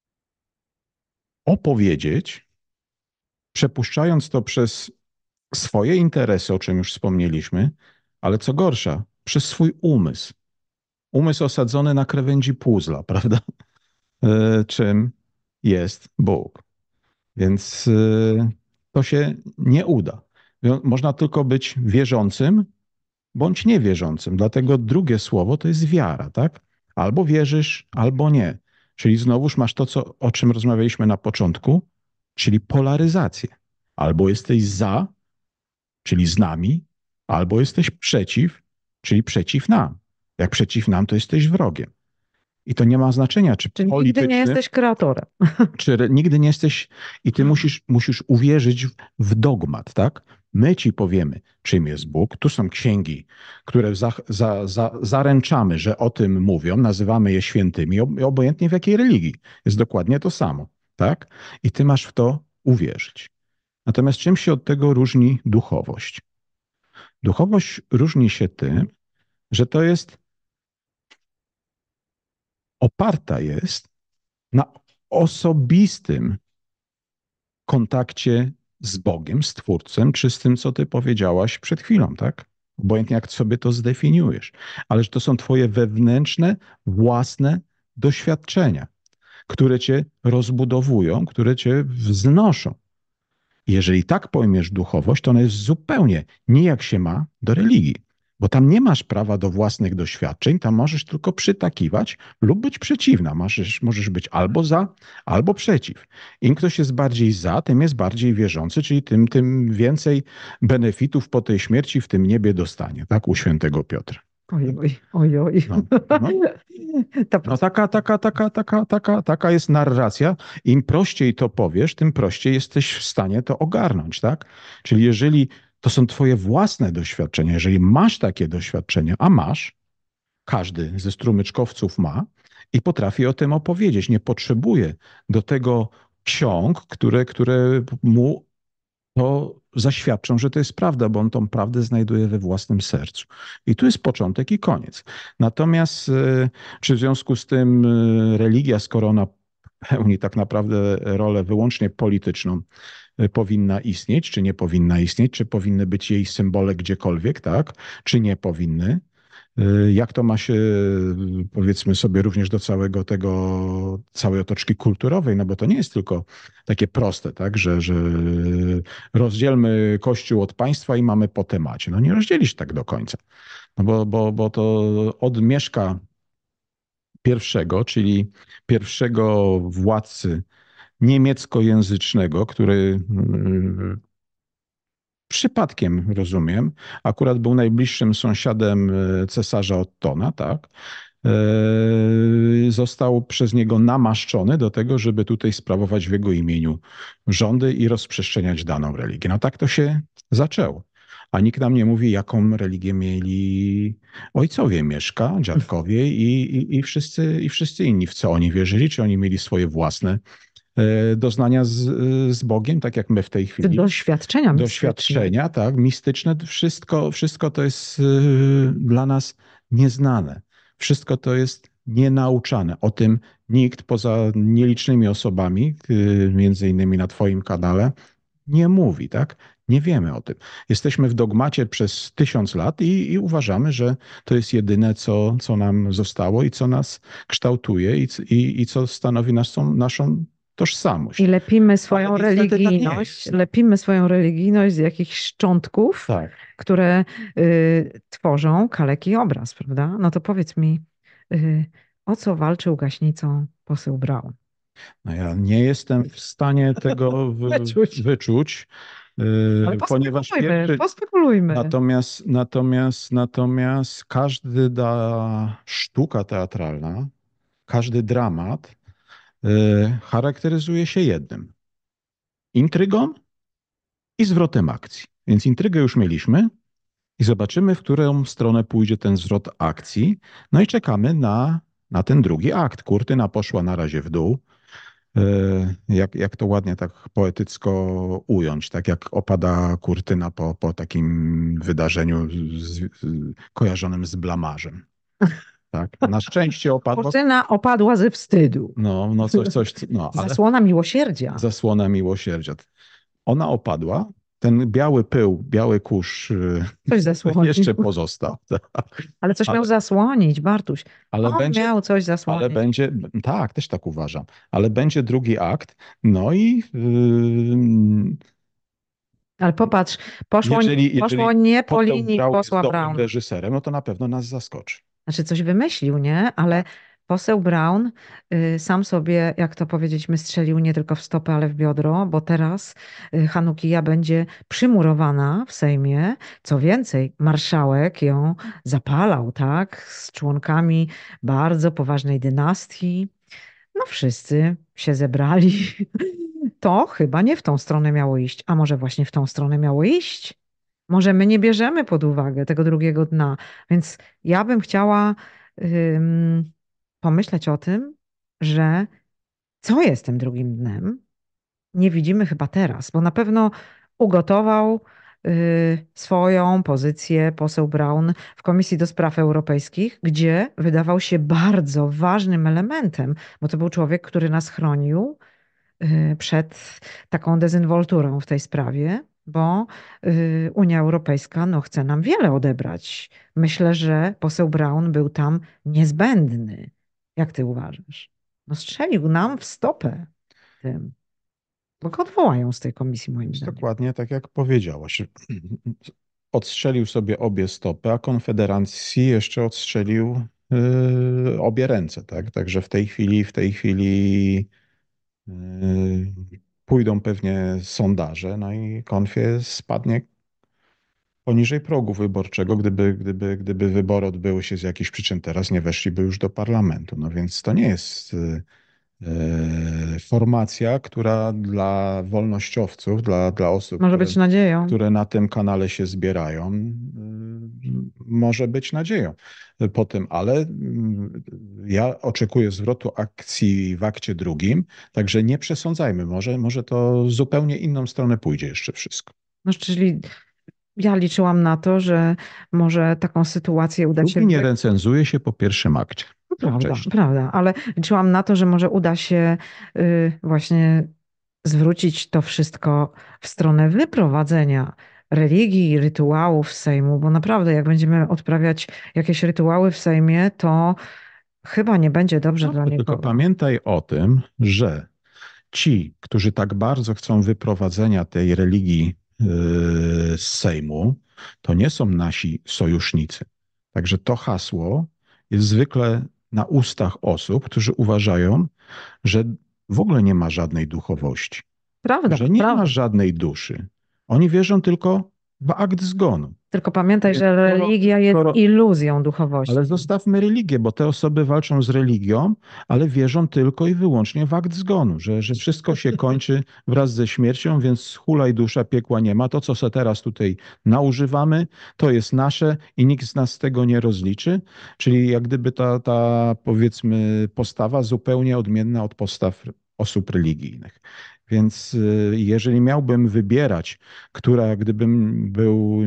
opowiedzieć, przepuszczając to przez swoje interesy, o czym już wspomnieliśmy, ale co gorsza, przez swój umysł. Umysł osadzony na krawędzi puzla, prawda? E, Czym jest Bóg. Więc e, to się nie uda. Wi- Można tylko być wierzącym bądź niewierzącym. Dlatego drugie słowo to jest wiara, tak? Albo wierzysz, albo nie. Czyli znowuż masz to, co, o czym rozmawialiśmy na początku, czyli polaryzację. Albo jesteś za, czyli z nami, albo jesteś przeciw, czyli przeciw nam. Jak przeciw nam, to jesteś wrogiem. I to nie ma znaczenia, czy Czy nigdy nie polityczny, jesteś kreatorem? czy re- nigdy nie jesteś, i ty musisz, musisz uwierzyć w, w dogmat, tak? My ci powiemy, czym jest Bóg. Tu są księgi, które za, za, za, zaręczamy, że o tym mówią, nazywamy je świętymi, ob- obojętnie w jakiej religii. Jest dokładnie to samo, tak? I ty masz w to uwierzyć. Natomiast czym się od tego różni duchowość? Duchowość różni się tym, że to jest, oparta jest na osobistym kontakcie z Bogiem, z Twórcą, czy z tym, co ty powiedziałaś przed chwilą, tak? Obojętnie jak sobie to zdefiniujesz. Ale że to są twoje wewnętrzne, własne doświadczenia, które cię rozbudowują, które cię wznoszą. Jeżeli tak pojmiesz duchowość, to ona jest zupełnie nijak się ma do religii, bo tam nie masz prawa do własnych doświadczeń, tam możesz tylko przytakiwać lub być przeciwna. Możesz, możesz być albo za, albo przeciw. Im ktoś jest bardziej za, tym jest bardziej wierzący, czyli tym, tym więcej benefitów po tej śmierci w tym niebie dostanie, tak, u świętego Piotra. Ojoj, ojoj. No, no. To No taka, taka, taka, taka, taka, taka jest narracja. Im prościej to powiesz, tym prościej jesteś w stanie to ogarnąć, tak? Czyli jeżeli to są twoje własne doświadczenia, jeżeli masz takie doświadczenia, a masz, każdy ze strumyczkowców ma i potrafi o tym opowiedzieć. Nie potrzebuje do tego ksiąg, które, które mu to zaświadczą, że to jest prawda, bo on tą prawdę znajduje we własnym sercu. I tu jest początek i koniec. Natomiast e, czy w związku z tym e, religia, skoro ona pełni tak naprawdę rolę wyłącznie polityczną, e, powinna istnieć, czy nie powinna istnieć, czy powinny być jej symbole gdziekolwiek, tak, czy nie powinny? Y, Jak to ma się, y, powiedzmy sobie, również do całego tego, całej otoczki kulturowej, no bo to nie jest tylko takie proste, tak, że, że rozdzielmy Kościół od państwa i mamy po temacie. No nie rozdzielisz tak do końca, no bo, bo, bo to od Mieszka pierwszego, czyli pierwszego władcy niemieckojęzycznego, który y, przypadkiem, rozumiem, akurat był najbliższym sąsiadem e, cesarza Ottona, tak? E, Został przez niego namaszczony do tego, żeby tutaj sprawować w jego imieniu rządy i rozprzestrzeniać daną religię. No tak to się zaczęło. A nikt nam nie mówi, jaką religię mieli ojcowie Mieszka, dziadkowie i, i, i, wszyscy, i wszyscy inni, w co oni wierzyli, czy oni mieli swoje własne e, doznania z, z Bogiem, tak jak my w tej Te chwili. doświadczenia mistyczne. Doświadczenia, tak, mistyczne, wszystko, wszystko to jest y, dla nas nieznane. Wszystko to jest nienauczane. O tym nikt poza nielicznymi osobami, y, między innymi na Twoim kanale, nie mówi, tak? Nie wiemy o tym. Jesteśmy w dogmacie przez tysiąc lat i, i uważamy, że to jest jedyne, co, co nam zostało i co nas kształtuje i, i, i co stanowi naszą, naszą tożsamość. I lepimy Ale swoją niestety tak nie religijność, jest. lepimy swoją religijność z jakichś szczątków, Tak. które y, tworzą kaleki obraz, prawda? No to powiedz mi, y, o co walczył gaśnicą poseł Braun? No ja nie jestem w stanie tego w- Wyczuć. wyczuć, Ale yy, ponieważ pospekulujmy, pierwszy, pospekulujmy. natomiast, natomiast, natomiast każda sztuka teatralna, każdy dramat yy, charakteryzuje się jednym: intrygą i zwrotem akcji. Więc intrygę już mieliśmy i zobaczymy, w którą stronę pójdzie ten zwrot akcji. No i czekamy na, na ten drugi akt. Kurtyna poszła na razie w dół. E, Jak, jak to ładnie tak poetycko ująć, tak jak opada kurtyna po, po takim wydarzeniu z, z, kojarzonym z blamażem. Tak? Na szczęście opadła, Kurtyna opadła ze wstydu. no, no coś, coś, no, ale Zasłona miłosierdzia. zasłona miłosierdzia. Ona opadła, ten biały pył, biały kurz y, Coś zasłonił. jeszcze pozostał. Tak? Ale coś Ale, miał zasłonić, Bartuś. ale On będzie, miał coś ale zasłonić. będzie, tak, też tak uważam, ale będzie drugi akt, no i yy, Ale popatrz, poszło, Jeżeli, poszło jeżeli nie po poseł linii Braun jest posła dobrym Braun. reżyserem, no to na pewno nas zaskoczy. Znaczy coś wymyślił, nie? Ale poseł Braun y, sam sobie, jak to powiedzieliśmy, strzelił nie tylko w stopę, ale w biodro, bo teraz y, Hanukija będzie przymurowana w Sejmie. Co więcej, marszałek ją zapalał, tak? Z członkami bardzo poważnej dynastii. No wszyscy się zebrali. To chyba nie w tą stronę miało iść, a może właśnie w tą stronę miało iść? Może my nie bierzemy pod uwagę tego drugiego dna, więc ja bym chciała ym, pomyśleć o tym, że co jest tym drugim dnem, nie widzimy chyba teraz, bo na pewno ugotował y, swoją pozycję poseł Braun w Komisji do Spraw Europejskich, gdzie wydawał się bardzo ważnym elementem, bo to był człowiek, który nas chronił y, przed taką dezynwolturą w tej sprawie, bo y, Unia Europejska no, chce nam wiele odebrać. Myślę, że poseł Braun był tam niezbędny. Jak ty uważasz? No, strzelił nam w stopę tym, bo go odwołają z tej komisji, moim Jest zdaniem. dokładnie tak, jak powiedziałaś. Odstrzelił sobie obie stopy, a Konfederacji jeszcze odstrzelił yy, obie ręce, tak? Także w tej chwili, w tej chwili yy, pójdą pewnie sondaże, no i Konfie spadnie poniżej progu wyborczego, gdyby, gdyby, gdyby wybory odbyły się z jakichś przyczyn teraz, nie weszliby już do parlamentu. No więc to nie jest y, y, formacja, która dla wolnościowców, dla, dla osób, Może które, być nadzieją. które na tym kanale się zbierają, może być nadzieją po tym, ale mm, ja oczekuję zwrotu akcji w akcie drugim, także nie przesądzajmy, może, może to zupełnie inną stronę pójdzie jeszcze wszystko. No, czyli ja liczyłam na to, że może taką sytuację uda się Drugi nie wy... recenzuje się po pierwszym akcie. No, To prawda, wcześniej. prawda, ale liczyłam na to, że może uda się y, właśnie zwrócić to wszystko w stronę wyprowadzenia religii i rytuałów z Sejmu, bo naprawdę jak będziemy odprawiać jakieś rytuały w Sejmie, to chyba nie będzie dobrze No, dla to tylko nikogo. pamiętaj o tym, że ci, którzy tak bardzo chcą wyprowadzenia tej religii yy, z Sejmu, to nie są nasi sojusznicy. Także to hasło jest zwykle na ustach osób, którzy uważają, że w ogóle nie ma żadnej duchowości, Prawda, że nie ma prawda. żadnej duszy. Oni wierzą tylko w akt zgonu. Tylko pamiętaj, Więc że skoro, religia jest skoro, iluzją ale duchowości. zostawmy religię, bo te osoby walczą z religią, ale wierzą tylko i wyłącznie w akt zgonu, że, że wszystko się kończy wraz ze śmiercią, więc hulaj dusza, piekła nie ma. To, co sobie teraz tutaj naużywamy, to jest nasze i nikt z nas z tego nie rozliczy. Czyli jak gdyby ta, ta powiedzmy postawa zupełnie odmienna od postaw osób religijnych. Więc y, jeżeli miałbym wybierać, która gdybym był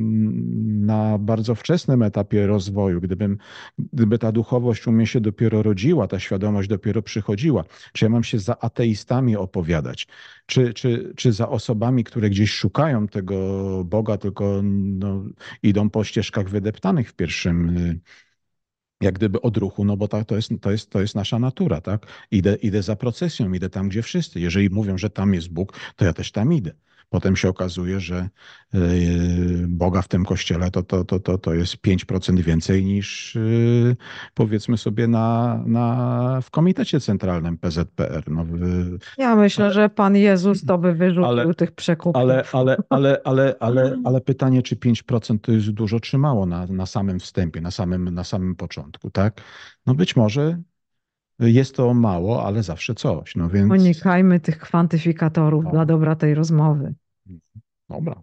na bardzo wczesnym etapie rozwoju, gdybym, gdyby ta duchowość u mnie się dopiero rodziła, ta świadomość dopiero przychodziła, czy ja mam się za ateistami opowiadać, czy, czy, czy za osobami, które gdzieś szukają tego Boga, tylko no, idą po ścieżkach wydeptanych w pierwszym y, jak gdyby odruchu, no bo tak, to jest, to jest, to jest nasza natura, tak? Idę, idę za procesją, idę tam, gdzie wszyscy. Jeżeli mówią, że tam jest Bóg, to ja też tam idę. Potem się okazuje, że yy, Boga w tym kościele to, to, to, to, to jest pięć procent więcej niż yy, powiedzmy sobie na, na, w Komitecie Centralnym P Z P R. No, yy, Ja myślę, ale, że Pan Jezus to by ale, wyrzucił tych ale, przekupniów. ale, ale, ale, ale, ale pytanie, czy pięć procent to jest dużo, czy mało na, na samym wstępie, na samym, na samym początku, tak? No być może jest to mało, ale zawsze coś. No więc, Unikajmy tych kwantyfikatorów dla no, dobra tej rozmowy. dobra.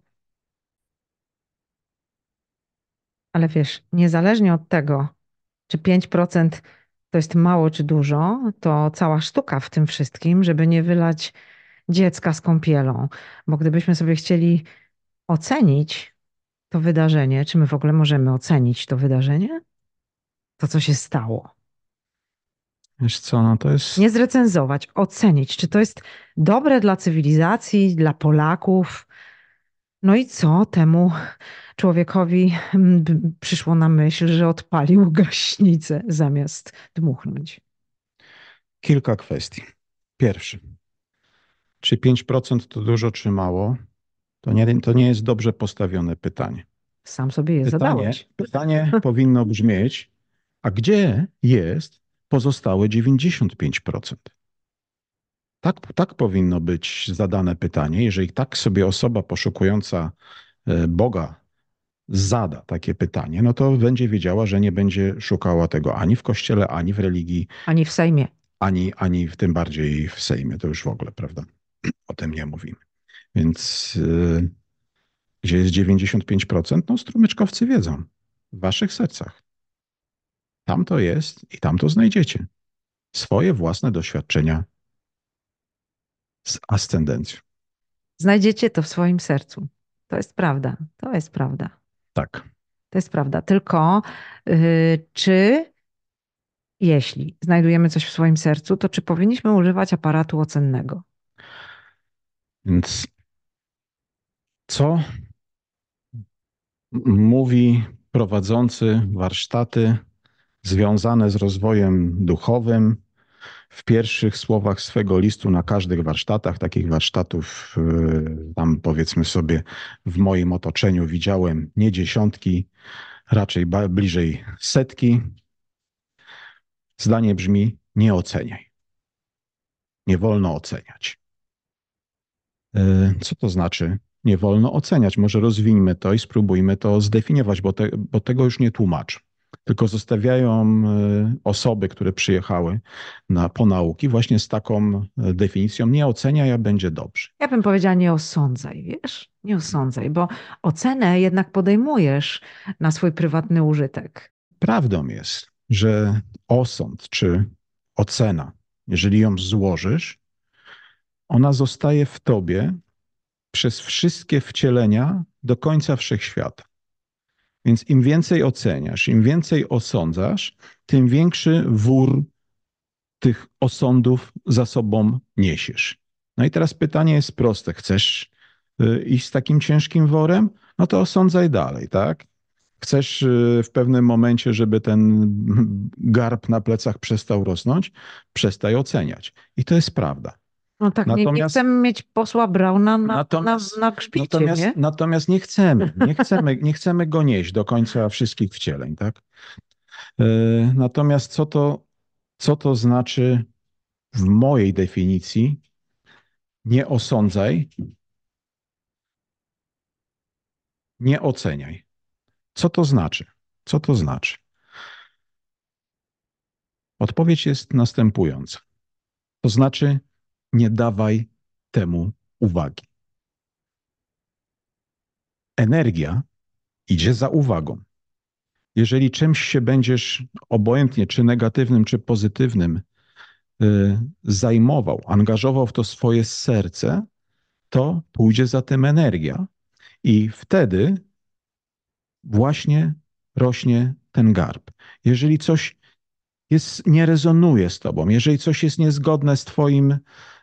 Ale wiesz, niezależnie od tego, czy pięć procent to jest mało czy dużo, to cała sztuka w tym wszystkim, żeby nie wylać dziecka z kąpielą. Bo gdybyśmy sobie chcieli ocenić to wydarzenie, czy my w ogóle możemy ocenić to wydarzenie? To, co się stało. Wiesz co, no to jest Nie zrecenzować, ocenić, czy to jest dobre dla cywilizacji, dla Polaków. No i co temu człowiekowi mm, b- przyszło na myśl, że odpalił gaśnicę zamiast dmuchnąć? kilka kwestii. Pierwszy, czy pięć procent to dużo, czy mało? To nie, to nie jest dobrze postawione pytanie. Sam sobie je Pytanie, zadałeś. pytanie powinno brzmieć, a gdzie jest pozostałe dziewięćdziesiąt pięć procent? Tak, tak powinno być zadane pytanie. Jeżeli tak sobie osoba poszukująca e, Boga zada takie pytanie, no to będzie wiedziała, że nie będzie szukała tego ani w kościele, ani w religii, Ani w Sejmie. ani, ani w tym bardziej w Sejmie. To już w ogóle, prawda? O tym nie mówimy. Więc yy, gdzie jest dziewięćdziesiąt pięć procent? No strumyczkowcy wiedzą. W waszych sercach. Tam to jest i tam to znajdziecie. Swoje własne doświadczenia z ascendencją. Znajdziecie to w swoim sercu. To jest prawda. To jest prawda. Tak. To jest prawda. Tylko yy, czy jeśli znajdujemy coś w swoim sercu, to czy powinniśmy używać aparatu ocennego? Więc co mówi prowadzący warsztaty związane z rozwojem duchowym w pierwszych słowach swego listu na każdych warsztatach? Takich warsztatów, yy, tam powiedzmy sobie, w moim otoczeniu widziałem nie dziesiątki, raczej ba- bliżej setki. Zdanie brzmi: nie oceniaj. Nie wolno oceniać. Yy, Co to znaczy nie wolno oceniać? Może rozwijmy to i spróbujmy to zdefiniować, bo, te, bo tego już nie tłumaczę. tylko zostawiają y, osoby, które przyjechały na, po nauki właśnie z taką y, definicją: nie oceniaj, a będzie dobrze. Ja bym powiedziała, nie osądzaj, wiesz? Nie osądzaj, bo ocenę jednak podejmujesz na swój prywatny użytek. Prawdą jest, że osąd czy ocena, jeżeli ją złożysz, ona zostaje w tobie przez wszystkie wcielenia do końca wszechświata. Więc im więcej oceniasz, im więcej osądzasz, tym większy wór tych osądów za sobą niesiesz. No i teraz pytanie jest proste. Chcesz y, iść z takim ciężkim worem? No to osądzaj dalej, tak? Chcesz y, w pewnym momencie, żeby ten garb na plecach przestał rosnąć? Przestań oceniać. I to jest prawda. No tak, nie, nie Natomiast, chcemy mieć posła Brauna na, na, natomiast, na grzbiecie, natomiast, nie? natomiast nie chcemy, nie chcemy, nie chcemy go nieść do końca wszystkich wcieleń, tak? Y, Natomiast co to, co to znaczy w mojej definicji? Nie osądzaj, nie oceniaj. Co to znaczy? Co to znaczy? Odpowiedź jest następująca. To znaczy, nie dawaj temu uwagi. Energia idzie za uwagą. Jeżeli czymś się będziesz, obojętnie czy negatywnym, czy pozytywnym, y, zajmował, angażował w to swoje serce, to pójdzie za tym energia i wtedy właśnie rośnie ten garb. Jeżeli coś jest, nie rezonuje z tobą, jeżeli coś jest niezgodne z twoim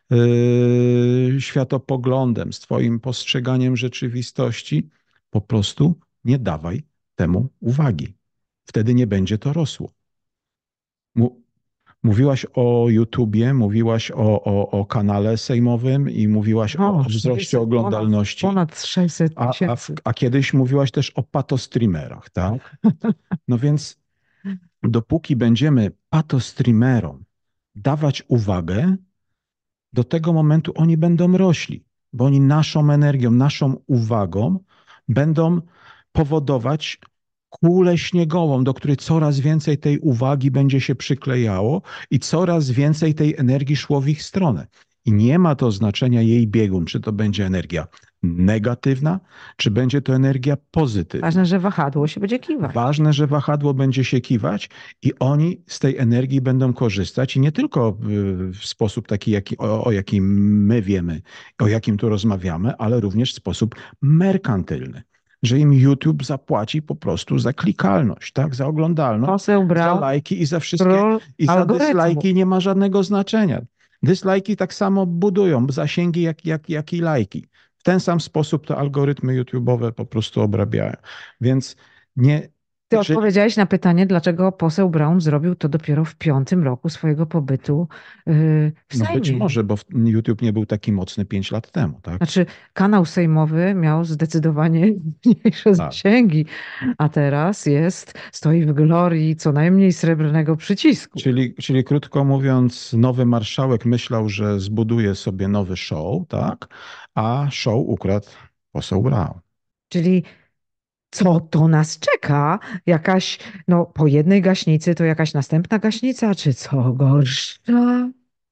yy, światopoglądem, z twoim postrzeganiem rzeczywistości, po prostu nie dawaj temu uwagi. Wtedy nie będzie to rosło. Mu- Mówiłaś o YouTubie, mówiłaś o, o, o kanale sejmowym i mówiłaś o, O, o wzroście sześćset, ponad, oglądalności, ponad sześćset a, a, w- tysięcy. a kiedyś mówiłaś też o patostreamerach, tak? No więc dopóki będziemy patostreamerom dawać uwagę, do tego momentu oni będą rośli, bo oni naszą energią, naszą uwagą będą powodować kulę śniegową, do której coraz więcej tej uwagi będzie się przyklejało i coraz więcej tej energii szło w ich stronę. I nie ma to znaczenia jej biegun, czy to będzie energia negatywna, czy będzie to energia pozytywna. Ważne, że wahadło się będzie kiwać. Ważne, że wahadło będzie się kiwać i oni z tej energii będą korzystać i nie tylko w sposób taki, jaki, o, o jakim my wiemy, o jakim tu rozmawiamy, ale również w sposób merkantylny. Że im YouTube zapłaci po prostu za klikalność, tak? Za oglądalność, Poseł za Braun, lajki i za wszystkie, król i za algorytmu. dyslajki nie ma żadnego znaczenia. Dyslajki tak samo budują zasięgi, jak, jak, jak i lajki. W ten sam sposób te algorytmy YouTube'owe po prostu obrabiają. Więc nie, Ty jeżeli, odpowiedziałeś na pytanie, dlaczego poseł Braun zrobił to dopiero w piątym roku swojego pobytu yy, w no być Sejmie. może, bo w- YouTube nie był taki mocny pięć lat temu, tak? Znaczy, kanał sejmowy miał zdecydowanie mniejsze Tak. zasięgi, a teraz jest, stoi w glorii co najmniej srebrnego przycisku. Czyli, czyli krótko mówiąc, nowy marszałek myślał, że zbuduje sobie nowy show, tak? A show ukradł poseł Braun. Czyli co to nas czeka? Jakaś, no po jednej gaśnicy to jakaś następna gaśnica, czy co gorsza?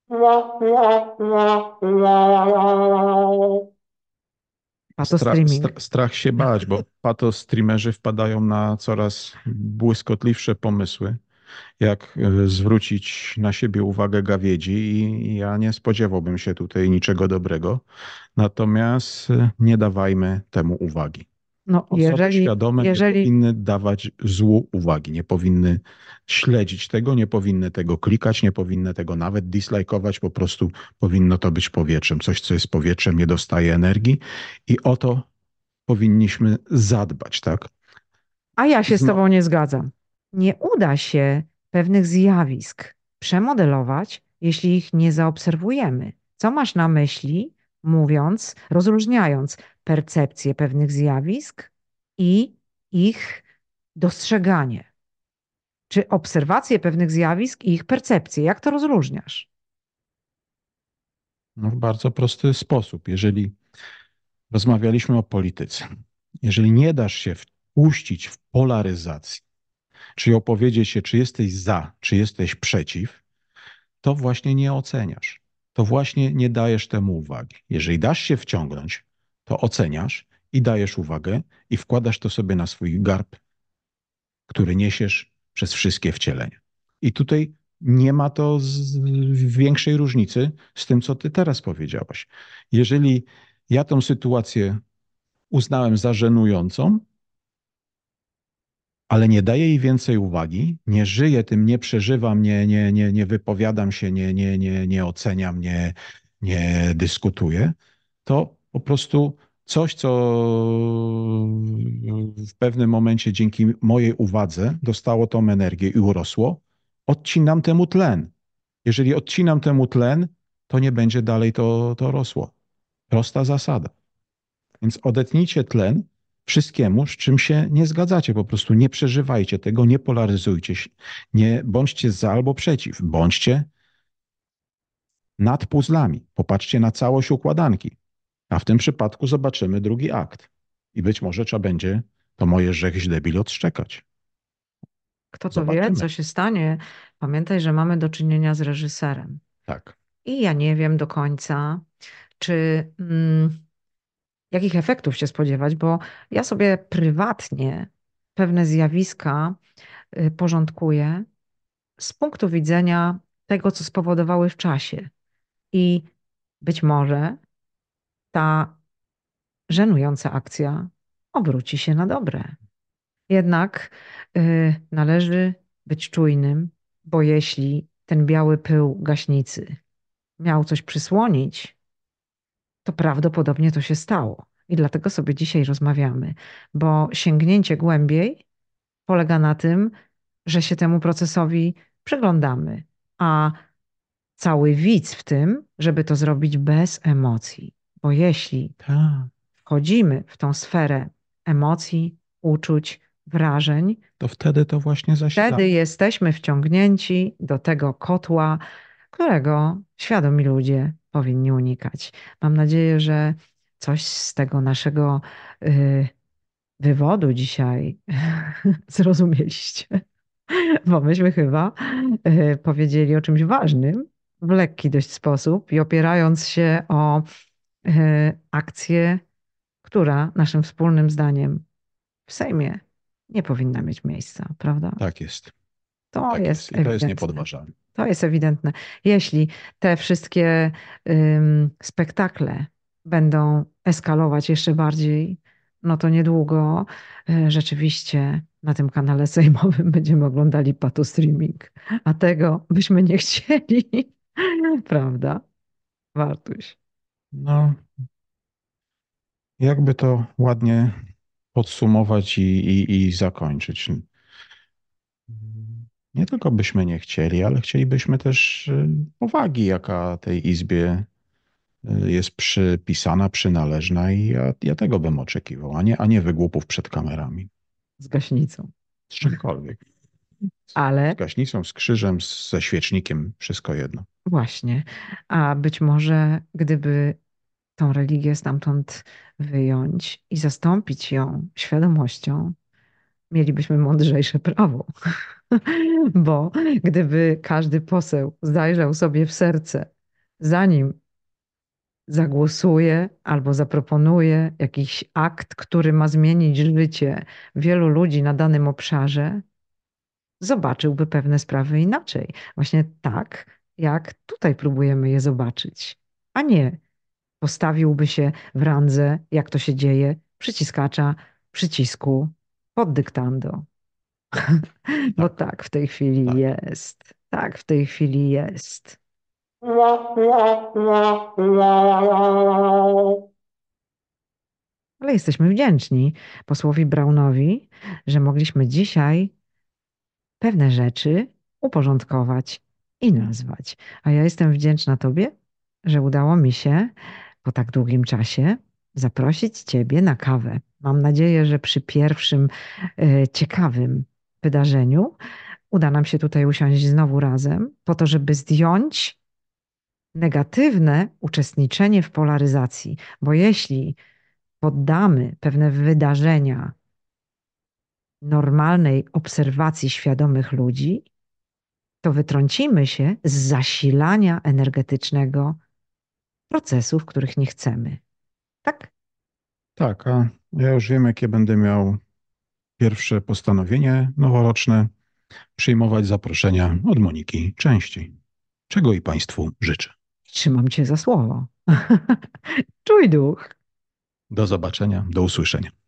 Pato Stra, streaming. stra, strach się bać, bo pato streamerzy wpadają na coraz błyskotliwsze pomysły, jak e, zwrócić na siebie uwagę gawiedzi i ja nie spodziewałbym się tutaj niczego dobrego. Natomiast e, nie dawajmy temu uwagi. No Osoby jeżeli, świadome nie jeżeli, powinny dawać złu uwagi, nie powinny śledzić tego, nie powinny tego klikać, nie powinny tego nawet dislajkować, po prostu powinno to być powietrzem. Coś, co jest powietrzem, nie dostaje energii i o to powinniśmy zadbać, tak? a ja I się z zno, tobą nie zgadzam. Nie uda się pewnych zjawisk przemodelować, jeśli ich nie zaobserwujemy. Co masz na myśli, mówiąc, rozróżniając percepcję pewnych zjawisk i ich dostrzeganie? Czy obserwację pewnych zjawisk i ich percepcję? Jak to rozróżniasz? no, w bardzo prosty sposób. Jeżeli rozmawialiśmy o polityce, jeżeli nie dasz się wpuścić w polaryzację, czyli opowiedzieć się, czy jesteś za, czy jesteś przeciw, to właśnie nie oceniasz. To właśnie nie dajesz temu uwagi. Jeżeli dasz się wciągnąć, to oceniasz i dajesz uwagę i wkładasz to sobie na swój garb, który niesiesz przez wszystkie wcielenia. I tutaj nie ma to z, większej różnicy z tym, co ty teraz powiedziałaś. Jeżeli ja tą sytuację uznałem za żenującą, ale nie daję jej więcej uwagi, nie żyję tym, nie przeżywam, nie, nie, nie, nie wypowiadam się, nie, nie, nie, nie oceniam, nie, nie dyskutuję, to po prostu coś, co w pewnym momencie dzięki mojej uwadze dostało tą energię i urosło, odcinam temu tlen. Jeżeli odcinam temu tlen, to nie będzie dalej to, to rosło. Prosta zasada. Więc odetnijcie tlen wszystkiemu, z czym się nie zgadzacie. Po prostu nie przeżywajcie tego, nie polaryzujcie się. Nie bądźcie za albo przeciw. Bądźcie nad puzzlami. Popatrzcie na całość układanki. A w tym przypadku zobaczymy drugi akt. I być może trzeba będzie to moje rzechś debil odszczekać. Kto to wie, Zobaczymy. co się stanie? Pamiętaj, że mamy do czynienia z reżyserem. Tak. I ja nie wiem do końca, czy mm, jakich efektów się spodziewać, bo ja sobie prywatnie pewne zjawiska y, porządkuję z punktu widzenia tego, co spowodowały w czasie. I być może ta żenująca akcja obróci się na dobre. Jednak y, należy być czujnym, bo jeśli ten biały pył gaśnicy miał coś przysłonić, to prawdopodobnie to się stało. I dlatego sobie dzisiaj rozmawiamy, bo sięgnięcie głębiej polega na tym, że się temu procesowi przyglądamy, a cały widz w tym, żeby to zrobić bez emocji. Bo jeśli Tak. wchodzimy w tą sferę emocji, uczuć, wrażeń, To wtedy to właśnie wtedy zasilamy. jesteśmy wciągnięci do tego kotła, którego świadomi ludzie powinni unikać. Mam nadzieję, że coś z tego naszego y, wywodu dzisiaj zrozumieliście, bo myśmy chyba y, powiedzieli o czymś ważnym w lekki dość sposób i opierając się o y, akcję, która naszym wspólnym zdaniem w Sejmie nie powinna mieć miejsca, prawda? Tak jest. To Tak jest. jest I to jest ewidentne. niepodważalne. To jest ewidentne. Jeśli te wszystkie ym, spektakle będą eskalować jeszcze bardziej, no to niedługo y, rzeczywiście na tym kanale sejmowym będziemy oglądali patostreaming. A tego byśmy nie chcieli. Prawda, Wartuś? No, jakby to ładnie podsumować i, i, i zakończyć. Nie tylko byśmy nie chcieli, ale chcielibyśmy też y, powagi, jaka tej izbie y, jest przypisana, przynależna i ja, ja tego bym oczekiwał, a nie, a nie wygłupów przed kamerami. Z gaśnicą. Z czymkolwiek. Z Ale gaśnicą, z krzyżem, z- ze świecznikiem, wszystko jedno. właśnie, a być może gdyby tą religię stamtąd wyjąć i zastąpić ją świadomością, mielibyśmy mądrzejsze prawo. Bo gdyby każdy poseł zajrzał sobie w serce, zanim zagłosuje albo zaproponuje jakiś akt, który ma zmienić życie wielu ludzi na danym obszarze, zobaczyłby pewne sprawy inaczej. Właśnie tak, jak tutaj próbujemy je zobaczyć, a nie postawiłby się w randze, jak to się dzieje, przyciskacza przycisku pod dyktando. Bo Tak, tak w tej chwili tak. jest. Tak w tej chwili jest. Ale jesteśmy wdzięczni posłowi Braunowi, że mogliśmy dzisiaj pewne rzeczy uporządkować i nazwać. A ja jestem wdzięczna Tobie, że udało mi się po tak długim czasie zaprosić Ciebie na kawę. Mam nadzieję, że przy pierwszym e, ciekawym wydarzeniu uda nam się tutaj usiąść znowu razem, po to, żeby zdjąć negatywne uczestniczenie w polaryzacji. Bo jeśli poddamy pewne wydarzenia normalnej obserwacji świadomych ludzi, to wytrącimy się z zasilania energetycznego procesów, których nie chcemy. Tak? Tak, a ja już wiem, jakie będę miał pierwsze postanowienie noworoczne. Przyjmować zaproszenia od Moniki częściej. Czego i Państwu życzę. Trzymam cię za słowo. Czuj duch. Do zobaczenia, do usłyszenia.